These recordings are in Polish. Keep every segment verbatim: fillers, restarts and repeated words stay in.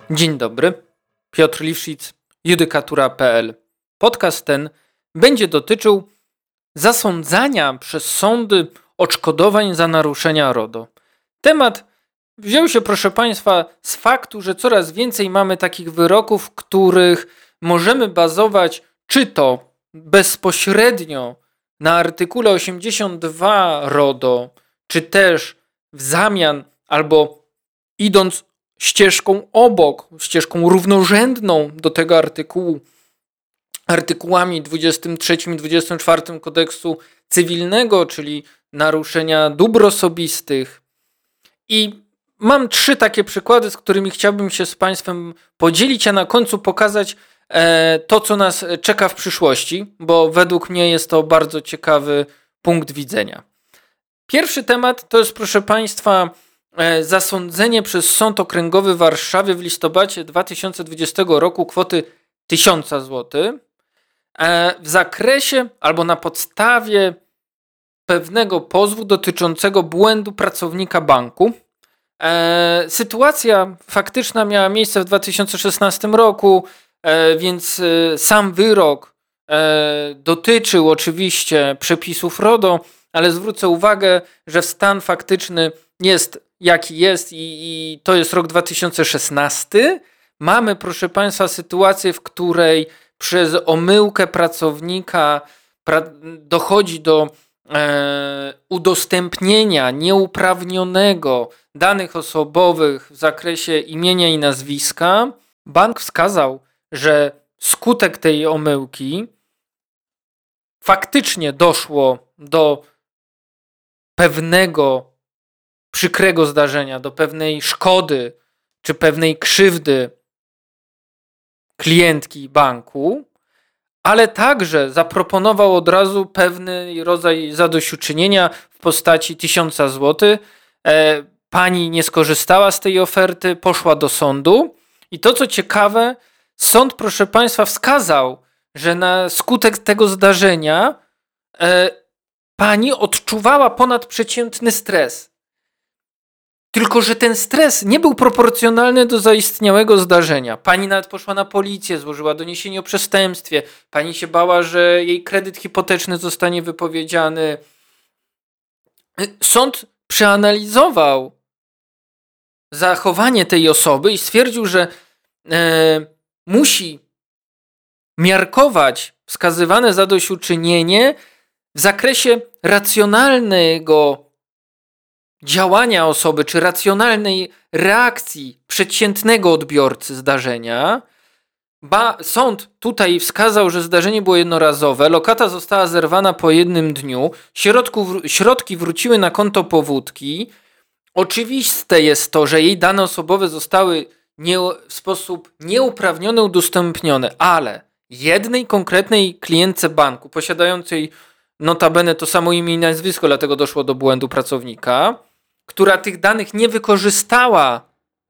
Dzień dobry, Piotr Liwszyc, judykatura kropka p l. Podcast ten będzie dotyczył zasądzania przez sądy odszkodowań za naruszenia RODO. Temat wziął się, proszę Państwa, z faktu, że coraz więcej mamy takich wyroków, w których możemy bazować czy to bezpośrednio na artykule osiemdziesiąt dwa RODO, czy też w zamian albo idąc ścieżką obok, ścieżką równorzędną do tego artykułu, artykułami dwudziestym trzecim i dwudziestym czwartym kodeksu cywilnego, czyli naruszenia dóbr osobistych. I mam trzy takie przykłady, z którymi chciałbym się z Państwem podzielić, a na końcu pokazać e, to, co nas czeka w przyszłości, bo według mnie jest to bardzo ciekawy punkt widzenia. Pierwszy temat to jest, proszę Państwa, zasądzenie przez Sąd Okręgowy w Warszawie w listopadzie dwa tysiące dwudziestego roku kwoty tysiąc złotych w zakresie albo na podstawie pewnego pozwu dotyczącego błędu pracownika banku. Sytuacja faktyczna miała miejsce w dwa tysiące szesnastym roku, więc sam wyrok dotyczył oczywiście przepisów RODO, ale zwrócę uwagę, że stan faktyczny jest jaki jest i, i to jest rok dwa tysiące szesnasty. Mamy, proszę Państwa, sytuację, w której przez omyłkę pracownika pra- dochodzi do e, udostępnienia nieuprawnionego danych osobowych w zakresie imienia i nazwiska. Bank wskazał, że skutek tej omyłki faktycznie doszło do pewnego przykrego zdarzenia, do pewnej szkody czy pewnej krzywdy klientki banku, ale także zaproponował od razu pewny rodzaj zadośćuczynienia w postaci tysiąca złotych. E, pani nie skorzystała z tej oferty, poszła do sądu i to, co ciekawe, sąd, proszę Państwa, wskazał, że na skutek tego zdarzenia e, pani odczuwała ponadprzeciętny stres. Tylko że ten stres nie był proporcjonalny do zaistniałego zdarzenia. Pani nawet poszła na policję, złożyła doniesienie o przestępstwie. Pani się bała, że jej kredyt hipoteczny zostanie wypowiedziany. Sąd przeanalizował zachowanie tej osoby i stwierdził, że e, musi miarkować wskazywane zadośćuczynienie w zakresie racjonalnego działania osoby, czy racjonalnej reakcji przeciętnego odbiorcy zdarzenia. Ba, sąd tutaj wskazał, że zdarzenie było jednorazowe, lokata została zerwana po jednym dniu, środków, środki wróciły na konto powódki. Oczywiste jest to, że jej dane osobowe zostały nie, w sposób nieuprawniony udostępnione, ale jednej konkretnej klientce banku, posiadającej notabene to samo imię i nazwisko, dlatego doszło do błędu pracownika, która tych danych nie wykorzystała,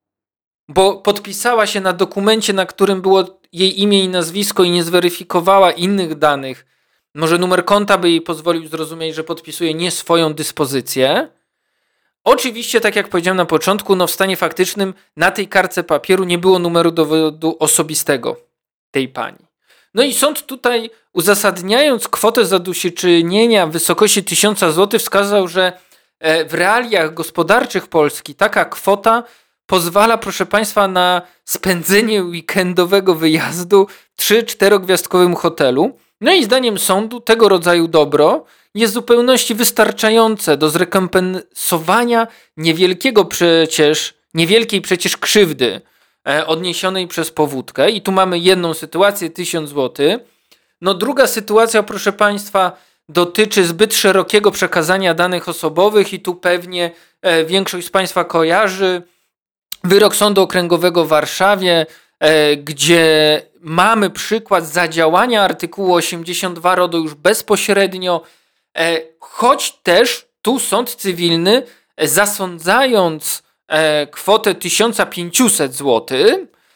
bo podpisała się na dokumencie, na którym było jej imię i nazwisko i nie zweryfikowała innych danych. Może numer konta by jej pozwolił zrozumieć, że podpisuje nie swoją dyspozycję. Oczywiście, tak jak powiedziałem na początku, no w stanie faktycznym na tej kartce papieru nie było numeru dowodu osobistego tej pani. No i sąd tutaj, uzasadniając kwotę zadośćuczynienia w wysokości tysiąc złotych, wskazał, że w realiach gospodarczych Polski taka kwota pozwala, proszę Państwa, na spędzenie weekendowego wyjazdu w trzy-czterogwiazdkowym hotelu. No i zdaniem sądu tego rodzaju dobro jest w zupełności wystarczające do zrekompensowania niewielkiego przecież, niewielkiej przecież krzywdy odniesionej przez powódkę. I tu mamy jedną sytuację, tysiąc złotych. No druga sytuacja, proszę Państwa, dotyczy zbyt szerokiego przekazania danych osobowych i tu pewnie e, większość z Państwa kojarzy wyrok Sądu Okręgowego w Warszawie, e, gdzie mamy przykład zadziałania artykułu osiemdziesiąt dwa RODO już bezpośrednio, e, choć też tu sąd cywilny e, zasądzając e, kwotę tysiąc pięćset złotych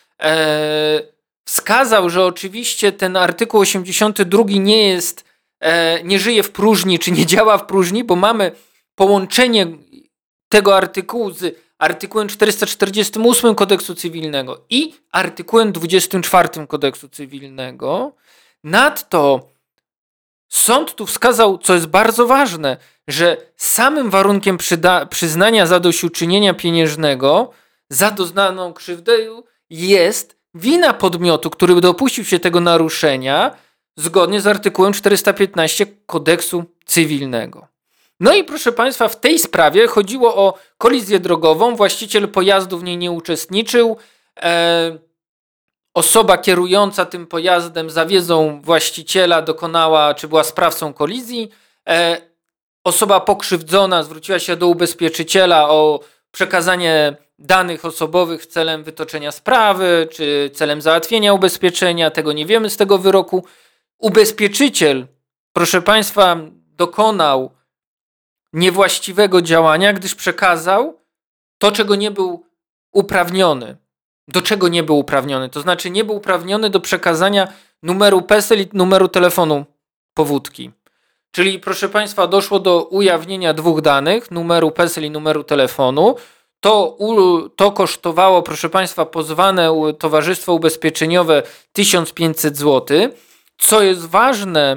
e, wskazał, że oczywiście ten artykuł osiemdziesiąty drugi nie jest nie żyje w próżni, czy nie działa w próżni, bo mamy połączenie tego artykułu z artykułem czterysta czterdziestym ósmym Kodeksu Cywilnego i artykułem dwudziestym czwartym Kodeksu Cywilnego. Nadto sąd tu wskazał, co jest bardzo ważne, że samym warunkiem przyda- przyznania zadośćuczynienia pieniężnego za doznaną krzywdę jest wina podmiotu, który dopuścił się tego naruszenia zgodnie z artykułem czterysta piętnaście Kodeksu Cywilnego. No i proszę Państwa, w tej sprawie chodziło o kolizję drogową. Właściciel pojazdu w niej nie uczestniczył. E, osoba kierująca tym pojazdem za wiedzą właściciela dokonała, czy była sprawcą kolizji. E, osoba pokrzywdzona zwróciła się do ubezpieczyciela o przekazanie danych osobowych celem wytoczenia sprawy, czy celem załatwienia ubezpieczenia. Tego nie wiemy z tego wyroku. Ubezpieczyciel, proszę Państwa, dokonał niewłaściwego działania, gdyż przekazał to, czego nie był uprawniony. Do czego nie był uprawniony? To znaczy nie był uprawniony do przekazania numeru PESEL i numeru telefonu powódki. Czyli, proszę Państwa, doszło do ujawnienia dwóch danych, numeru PESEL i numeru telefonu. To, u, to kosztowało, proszę Państwa, pozwane towarzystwo ubezpieczeniowe tysiąc pięćset złotych. Co jest ważne,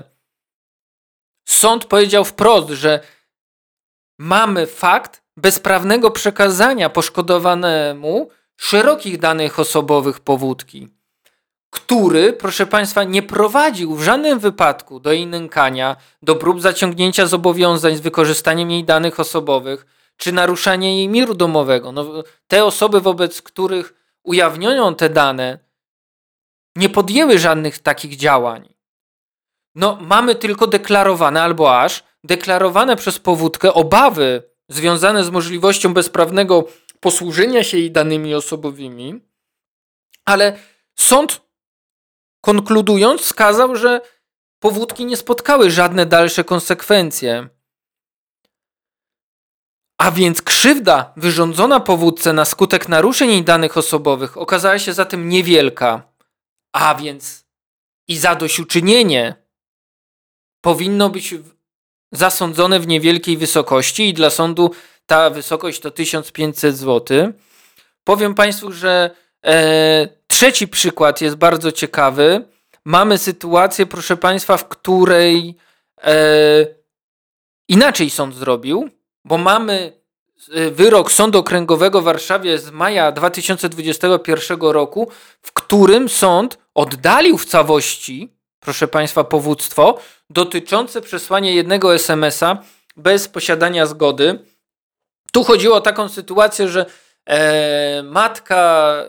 sąd powiedział wprost, że mamy fakt bezprawnego przekazania poszkodowanemu szerokich danych osobowych powódki, który, proszę Państwa, nie prowadził w żadnym wypadku do jej nękania, do prób zaciągnięcia zobowiązań z wykorzystaniem jej danych osobowych, czy naruszania jej miru domowego. No, te osoby, wobec których ujawniono te dane, nie podjęły żadnych takich działań. No, mamy tylko deklarowane, albo aż deklarowane przez powódkę obawy związane z możliwością bezprawnego posłużenia się jej danymi osobowymi, ale sąd, konkludując, wskazał, że powódki nie spotkały żadne dalsze konsekwencje. A więc krzywda wyrządzona powódce na skutek naruszeń jej danych osobowych okazała się zatem niewielka, a więc i zadośćuczynienie powinno być zasądzone w niewielkiej wysokości i dla sądu ta wysokość to tysiąc pięćset złotych. Powiem Państwu, że e, trzeci przykład jest bardzo ciekawy. Mamy sytuację, proszę Państwa, w której e, inaczej sąd zrobił, bo mamy wyrok Sądu Okręgowego w Warszawie z maja dwa tysiące dwudziestego pierwszego roku, w którym sąd oddalił w całości, proszę Państwa, powództwo dotyczące przesłania jednego es em es a bez posiadania zgody. Tu chodziło o taką sytuację, że e, matka e,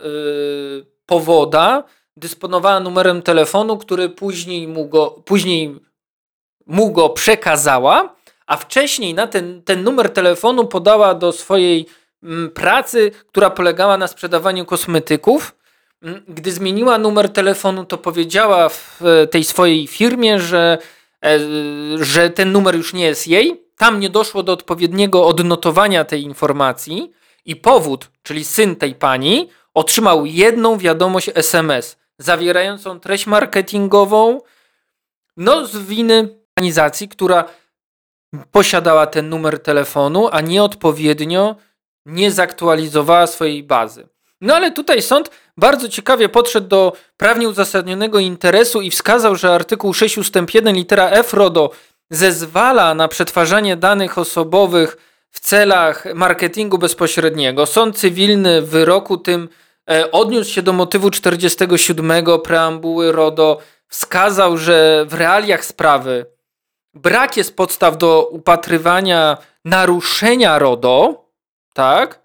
powoda dysponowała numerem telefonu, który później mu go, później mu go przekazała, a wcześniej na ten, ten numer telefonu podała do swojej m, pracy, która polegała na sprzedawaniu kosmetyków. Gdy zmieniła numer telefonu, to powiedziała w tej swojej firmie, że, e, że ten numer już nie jest jej. Tam nie doszło do odpowiedniego odnotowania tej informacji i powód, czyli syn tej pani, otrzymał jedną wiadomość es em es zawierającą treść marketingową, no z winy organizacji, która posiadała ten numer telefonu, a nieodpowiednio nie zaktualizowała swojej bazy. No ale tutaj sąd bardzo ciekawie podszedł do prawnie uzasadnionego interesu i wskazał, że artykuł sześć ustęp jeden litera F RODO zezwala na przetwarzanie danych osobowych w celach marketingu bezpośredniego. Sąd cywilny w wyroku tym e, odniósł się do motywu czterdziestego siódmego preambuły RODO, wskazał, że w realiach sprawy brak jest podstaw do upatrywania naruszenia RODO, tak?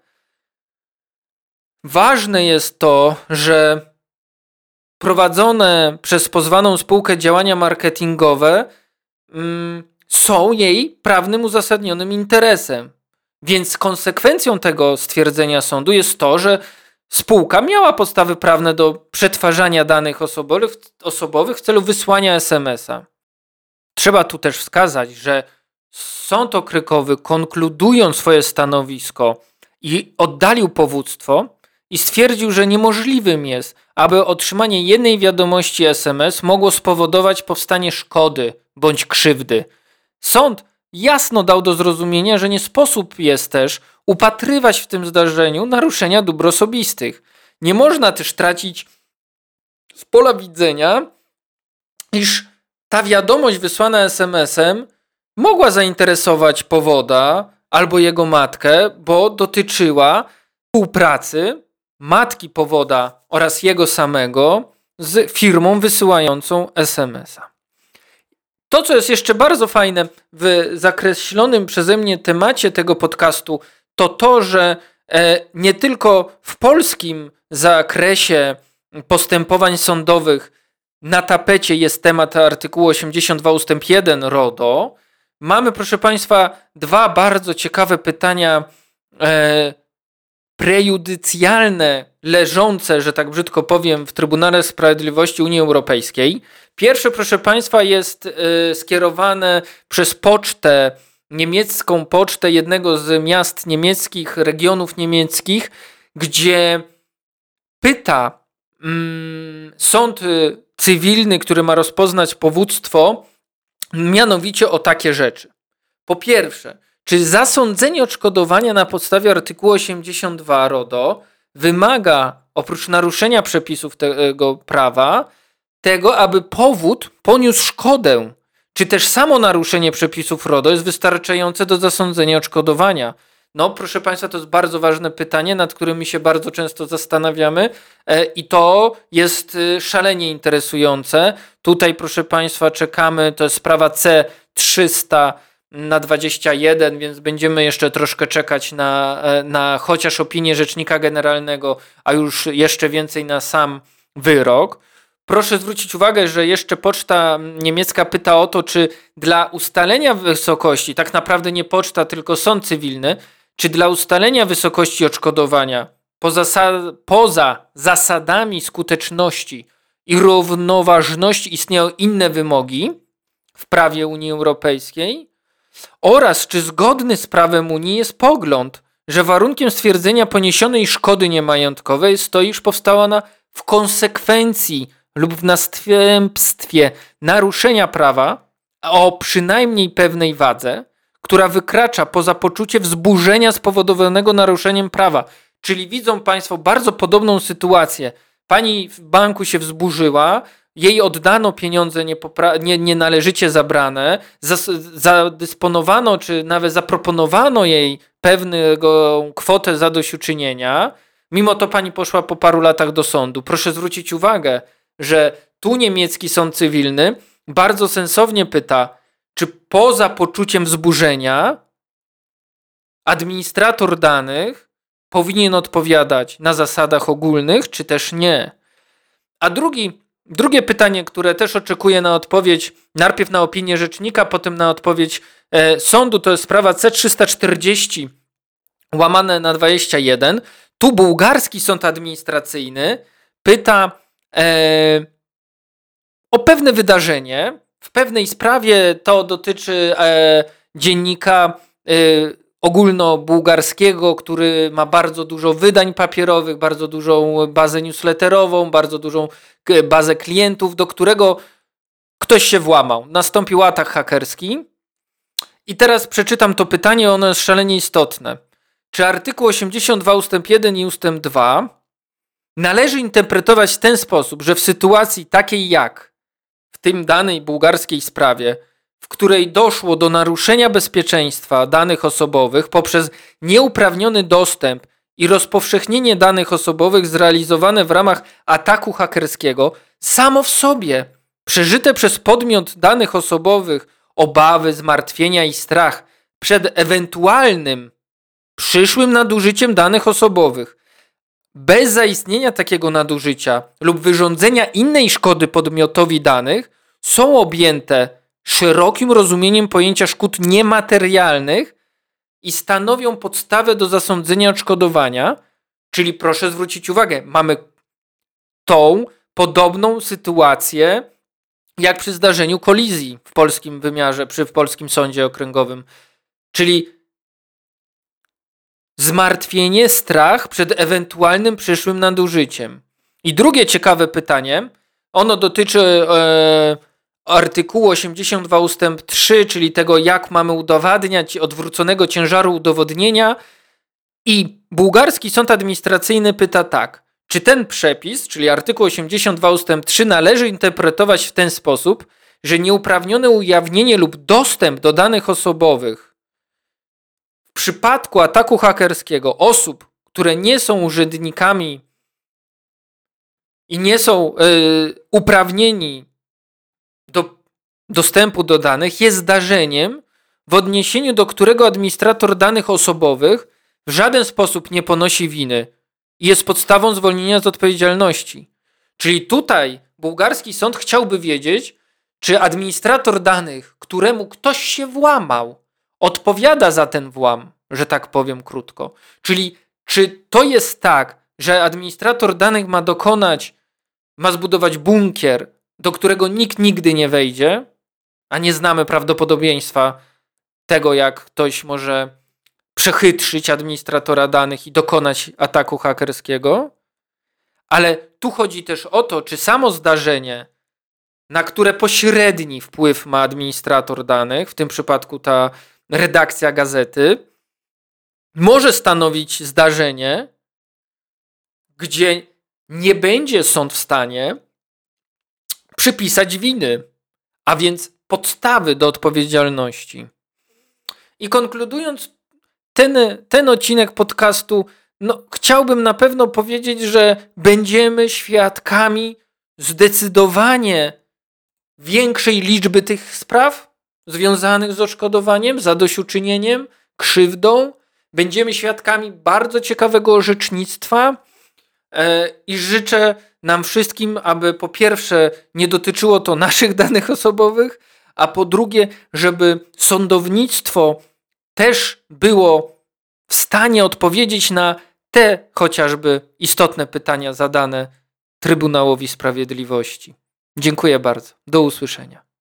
Ważne jest to, że prowadzone przez pozwaną spółkę działania marketingowe mm, są jej prawnym uzasadnionym interesem. Więc konsekwencją tego stwierdzenia sądu jest to, że spółka miała podstawy prawne do przetwarzania danych osobowych, osobowych w celu wysłania es em es a. Trzeba tu też wskazać, że sąd okrykowy, konkludując swoje stanowisko i oddalił powództwo i stwierdził, że niemożliwym jest, aby otrzymanie jednej wiadomości es em es mogło spowodować powstanie szkody bądź krzywdy. Sąd jasno dał do zrozumienia, że nie sposób jest też upatrywać w tym zdarzeniu naruszenia dóbr osobistych. Nie można też tracić z pola widzenia, iż ta wiadomość wysłana es em esem mogła zainteresować powoda albo jego matkę, bo dotyczyła współpracy matki powoda oraz jego samego z firmą wysyłającą es em esa. To, co jest jeszcze bardzo fajne w zakreślonym przeze mnie temacie tego podcastu, to to, że e, nie tylko w polskim zakresie postępowań sądowych na tapecie jest temat artykułu osiemdziesiąt dwa ustęp jeden RODO. Mamy, proszę Państwa, dwa bardzo ciekawe pytania e, prejudycjalne, leżące, że tak brzydko powiem, w Trybunale Sprawiedliwości Unii Europejskiej. Pierwsze, proszę Państwa, jest y, skierowane przez pocztę, niemiecką pocztę jednego z miast niemieckich, regionów niemieckich, gdzie pyta mm, sąd cywilny, który ma rozpoznać powództwo, mianowicie o takie rzeczy. Po pierwsze, czy zasądzenie odszkodowania na podstawie artykułu osiemdziesiąt dwa RODO wymaga, oprócz naruszenia przepisów tego prawa, tego, aby powód poniósł szkodę, czy też samo naruszenie przepisów RODO jest wystarczające do zasądzenia odszkodowania? No, proszę Państwa, to jest bardzo ważne pytanie, nad którym się bardzo często zastanawiamy e, i to jest e, szalenie interesujące. Tutaj, proszę Państwa, czekamy, to jest sprawa C trzysta na dwadzieścia jeden, więc będziemy jeszcze troszkę czekać na, e, na chociaż opinię Rzecznika Generalnego, a już jeszcze więcej na sam wyrok. Proszę zwrócić uwagę, że jeszcze poczta niemiecka pyta o to, czy dla ustalenia wysokości, tak naprawdę nie poczta, tylko sąd cywilny, czy dla ustalenia wysokości odszkodowania poza, poza zasadami skuteczności i równoważności istnieją inne wymogi w prawie Unii Europejskiej oraz czy zgodny z prawem Unii jest pogląd, że warunkiem stwierdzenia poniesionej szkody niemajątkowej jest to, iż powstała ona w konsekwencji lub w następstwie naruszenia prawa o przynajmniej pewnej wadze, która wykracza poza poczucie wzburzenia spowodowanego naruszeniem prawa. Czyli widzą Państwo bardzo podobną sytuację. Pani w banku się wzburzyła, jej oddano pieniądze niepopra- nie, nienależycie zabrane, zas- zadysponowano czy nawet zaproponowano jej pewnego kwotę zadośćuczynienia. Mimo to pani poszła po paru latach do sądu. Proszę zwrócić uwagę, że tu niemiecki sąd cywilny bardzo sensownie pyta, czy poza poczuciem wzburzenia administrator danych powinien odpowiadać na zasadach ogólnych, czy też nie. A drugi, drugie pytanie, które też oczekuje na odpowiedź, najpierw na opinię rzecznika, potem na odpowiedź e, sądu, to jest sprawa C trzysta czterdzieści łamane na dwadzieścia jeden. Tu bułgarski sąd administracyjny pyta e, o pewne wydarzenie. W pewnej sprawie to dotyczy e, dziennika e, ogólnobułgarskiego, który ma bardzo dużo wydań papierowych, bardzo dużą bazę newsletterową, bardzo dużą bazę klientów, do którego ktoś się włamał. Nastąpił atak hakerski. I teraz przeczytam to pytanie, ono jest szalenie istotne. Czy artykuł osiemdziesiąt dwa ustęp jeden i ustęp dwa należy interpretować w ten sposób, że w sytuacji takiej jak w tym danej bułgarskiej sprawie, w której doszło do naruszenia bezpieczeństwa danych osobowych poprzez nieuprawniony dostęp i rozpowszechnienie danych osobowych zrealizowane w ramach ataku hakerskiego, samo w sobie przeżyte przez podmiot danych osobowych obawy, zmartwienia i strach przed ewentualnym przyszłym nadużyciem danych osobowych, bez zaistnienia takiego nadużycia lub wyrządzenia innej szkody podmiotowi danych, są objęte szerokim rozumieniem pojęcia szkód niematerialnych i stanowią podstawę do zasądzenia odszkodowania, czyli proszę zwrócić uwagę, mamy tą podobną sytuację jak przy zdarzeniu kolizji w polskim wymiarze, przy w polskim sądzie okręgowym, czyli zmartwienie, strach przed ewentualnym przyszłym nadużyciem. I drugie ciekawe pytanie, ono dotyczy e, artykułu osiemdziesiąt dwa ustęp trzy, czyli tego, jak mamy udowadniać odwróconego ciężaru udowodnienia. I bułgarski sąd administracyjny pyta tak, czy ten przepis, czyli artykuł osiemdziesiąt dwa ustęp trzy, należy interpretować w ten sposób, że nieuprawnione ujawnienie lub dostęp do danych osobowych w przypadku ataku hakerskiego osób, które nie są urzędnikami i nie są yy, uprawnieni do dostępu do danych, jest zdarzeniem, w odniesieniu do którego administrator danych osobowych w żaden sposób nie ponosi winy i jest podstawą zwolnienia z odpowiedzialności. Czyli tutaj bułgarski sąd chciałby wiedzieć, czy administrator danych, któremu ktoś się włamał, odpowiada za ten włam, że tak powiem krótko. Czyli czy to jest tak, że administrator danych ma dokonać, ma zbudować bunkier, do którego nikt nigdy nie wejdzie, a nie znamy prawdopodobieństwa tego, jak ktoś może przechytrzyć administratora danych i dokonać ataku hakerskiego. Ale tu chodzi też o to, czy samo zdarzenie, na które pośredni wpływ ma administrator danych, w tym przypadku ta redakcja gazety, może stanowić zdarzenie, gdzie nie będzie sąd w stanie przypisać winy, a więc podstawy do odpowiedzialności. I konkludując ten, ten odcinek podcastu, no, chciałbym na pewno powiedzieć, że będziemy świadkami zdecydowanie większej liczby tych spraw związanych z odszkodowaniem, zadośćuczynieniem, krzywdą. Będziemy świadkami bardzo ciekawego orzecznictwa e, i życzę nam wszystkim, aby po pierwsze nie dotyczyło to naszych danych osobowych, a po drugie, żeby sądownictwo też było w stanie odpowiedzieć na te chociażby istotne pytania zadane Trybunałowi Sprawiedliwości. Dziękuję bardzo. Do usłyszenia.